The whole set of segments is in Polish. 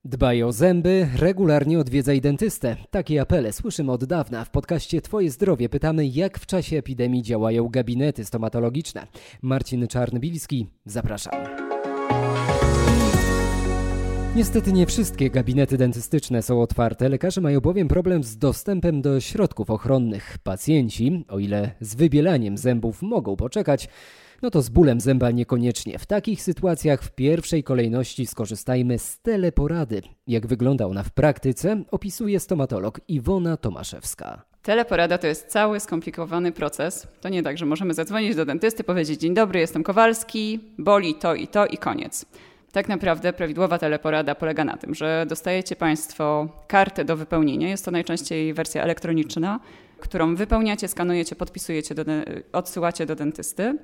Dbaj o zęby, regularnie odwiedzaj dentystę. Takie apele słyszymy od dawna. W podcaście Twoje zdrowie pytamy, jak w czasie epidemii działają gabinety stomatologiczne. Marcin Czarnbilski, zapraszam. Niestety nie wszystkie gabinety dentystyczne są otwarte. Lekarze mają bowiem problem z dostępem do środków ochronnych. Pacjenci, o ile z wybielaniem zębów mogą poczekać, no to z bólem zęba niekoniecznie. W takich sytuacjach w pierwszej kolejności skorzystajmy z teleporady. Jak wygląda ona w praktyce, opisuje stomatolog Iwona Tomaszewska. Teleporada to jest cały skomplikowany proces. To nie tak, że możemy zadzwonić do dentysty, powiedzieć: dzień dobry, jestem Kowalski, boli to i koniec. Tak naprawdę prawidłowa teleporada polega na tym, że dostajecie Państwo kartę do wypełnienia. Jest to najczęściej wersja elektroniczna, którą wypełniacie, skanujecie, podpisujecie, odsyłacie do dentysty.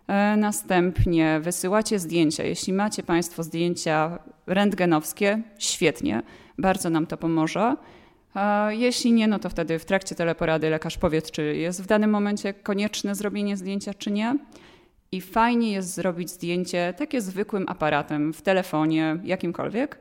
Następnie wysyłacie zdjęcia. Jeśli macie Państwo zdjęcia rentgenowskie, świetnie, bardzo nam to pomoże. Jeśli nie, no to wtedy w trakcie teleporady lekarz powie, czy jest w danym momencie konieczne zrobienie zdjęcia, czy nie. I fajnie jest zrobić zdjęcie takie zwykłym aparatem, w telefonie, jakimkolwiek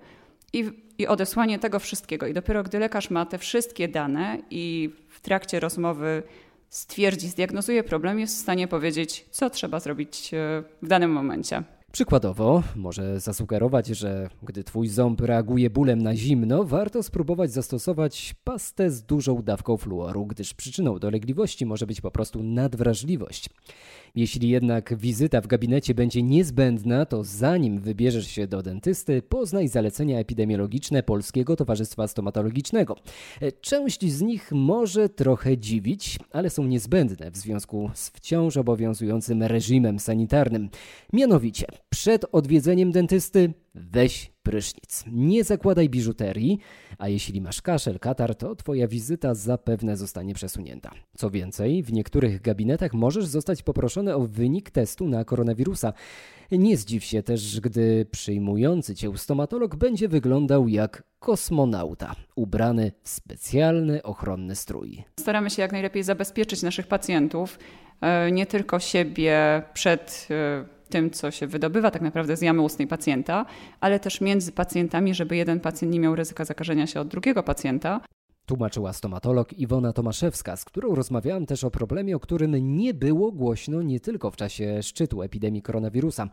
i odesłanie tego wszystkiego. I dopiero gdy lekarz ma te wszystkie dane i w trakcie rozmowy zdiagnozuje problem, jest w stanie powiedzieć, co trzeba zrobić w danym momencie. Przykładowo może zasugerować, że gdy Twój ząb reaguje bólem na zimno, warto spróbować zastosować pastę z dużą dawką fluoru, gdyż przyczyną dolegliwości może być po prostu nadwrażliwość. Jeśli jednak wizyta w gabinecie będzie niezbędna, to zanim wybierzesz się do dentysty, poznaj zalecenia epidemiologiczne Polskiego Towarzystwa Stomatologicznego. Część z nich może trochę dziwić, ale są niezbędne w związku z wciąż obowiązującym reżimem sanitarnym. Mianowicie, przed odwiedzeniem dentysty weź prysznic. Nie zakładaj biżuterii, a jeśli masz kaszel, katar, to Twoja wizyta zapewne zostanie przesunięta. Co więcej, w niektórych gabinetach możesz zostać poproszony o wynik testu na koronawirusa. Nie zdziw się też, gdy przyjmujący Cię stomatolog będzie wyglądał jak kosmonauta, ubrany w specjalny ochronny strój. Staramy się jak najlepiej zabezpieczyć naszych pacjentów, nie tylko siebie przed tym, co się wydobywa tak naprawdę z jamy ustnej pacjenta, ale też między pacjentami, żeby jeden pacjent nie miał ryzyka zakażenia się od drugiego pacjenta. Tłumaczyła stomatolog Iwona Tomaszewska, z którą rozmawiałam też o problemie, o którym nie było głośno nie tylko w czasie szczytu epidemii koronawirusa,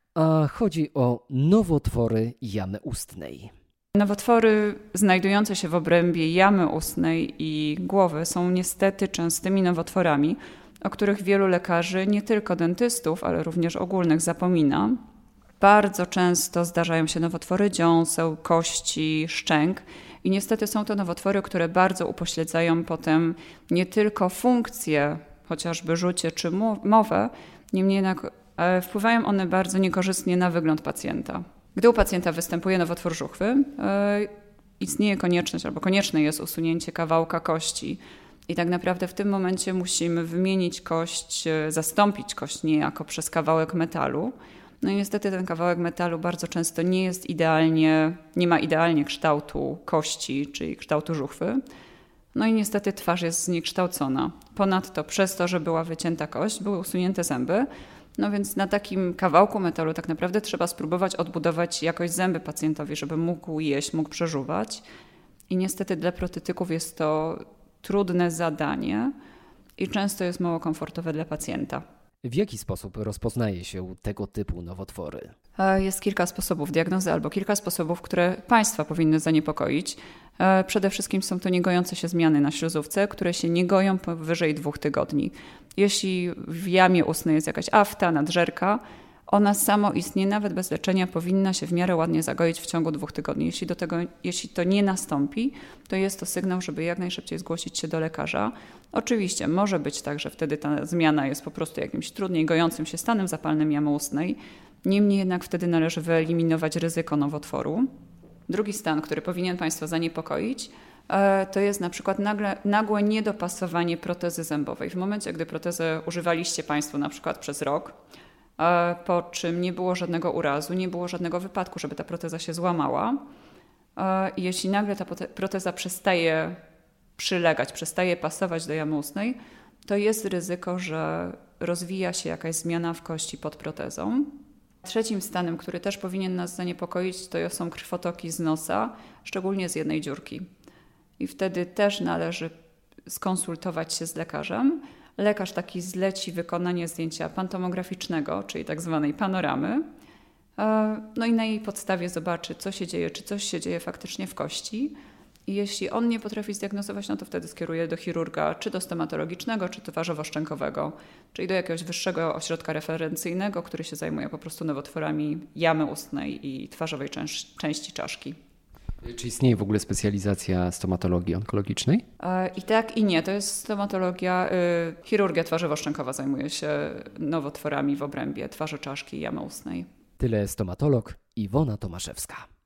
a chodzi o nowotwory jamy ustnej. Nowotwory znajdujące się w obrębie jamy ustnej i głowy są niestety częstymi nowotworami, o których wielu lekarzy, nie tylko dentystów, ale również ogólnych, zapomina. Bardzo często zdarzają się nowotwory dziąseł, kości, szczęk i niestety są to nowotwory, które bardzo upośledzają potem nie tylko funkcje, chociażby rzucie czy mowę, niemniej jednak wpływają one bardzo niekorzystnie na wygląd pacjenta. Gdy u pacjenta występuje nowotwór żuchwy, istnieje konieczność albo konieczne jest usunięcie kawałka kości. I tak naprawdę w tym momencie musimy wymienić kość, zastąpić kość niejako przez kawałek metalu. No i niestety ten kawałek metalu bardzo często nie ma idealnie kształtu kości, czyli kształtu żuchwy. No i niestety twarz jest zniekształcona. Ponadto przez to, że była wycięta kość, były usunięte zęby. No więc na takim kawałku metalu tak naprawdę trzeba spróbować odbudować jakość zęby pacjentowi, żeby mógł jeść, mógł przeżuwać. I niestety dla protetyków jest to trudne zadanie i często jest mało komfortowe dla pacjenta. W jaki sposób rozpoznaje się tego typu nowotwory? Jest kilka sposobów diagnozy albo kilka sposobów, które Państwa powinny zaniepokoić. Przede wszystkim są to niegojące się zmiany na śluzówce, które się nie goją powyżej 2 tygodni. Jeśli w jamie ustnej jest jakaś afta, nadżerka, ona samoistnie, nawet bez leczenia, powinna się w miarę ładnie zagoić w ciągu 2 tygodni. Jeśli to nie nastąpi, to jest to sygnał, żeby jak najszybciej zgłosić się do lekarza. Oczywiście może być tak, że wtedy ta zmiana jest po prostu jakimś trudniej gojącym się stanem zapalnym jamy ustnej. Niemniej jednak wtedy należy wyeliminować ryzyko nowotworu. Drugi stan, który powinien Państwa zaniepokoić, to jest na przykład nagłe niedopasowanie protezy zębowej. W momencie, gdy protezę używaliście Państwo na przykład przez rok, po czym nie było żadnego urazu, nie było żadnego wypadku, żeby ta proteza się złamała. Jeśli nagle ta proteza przestaje przylegać, przestaje pasować do jamy ustnej, to jest ryzyko, że rozwija się jakaś zmiana w kości pod protezą. Trzecim stanem, który też powinien nas zaniepokoić, to są krwotoki z nosa, szczególnie z jednej dziurki. I wtedy też należy skonsultować się z lekarzem. Lekarz taki zleci wykonanie zdjęcia pantomograficznego, czyli tak zwanej panoramy. No i na jej podstawie zobaczy, co się dzieje, czy coś się dzieje faktycznie w kości. I jeśli on nie potrafi zdiagnozować, no to wtedy skieruje do chirurga, czy do stomatologicznego, czy twarzowo-szczękowego, czyli do jakiegoś wyższego ośrodka referencyjnego, który się zajmuje po prostu nowotworami jamy ustnej i twarzowej części czaszki. Czy istnieje w ogóle specjalizacja stomatologii onkologicznej? I tak, i nie. To jest stomatologia, chirurgia twarzowo-szczękowa zajmuje się nowotworami w obrębie twarzy czaszki i jamy ustnej. Tyle stomatolog Iwona Tomaszewska.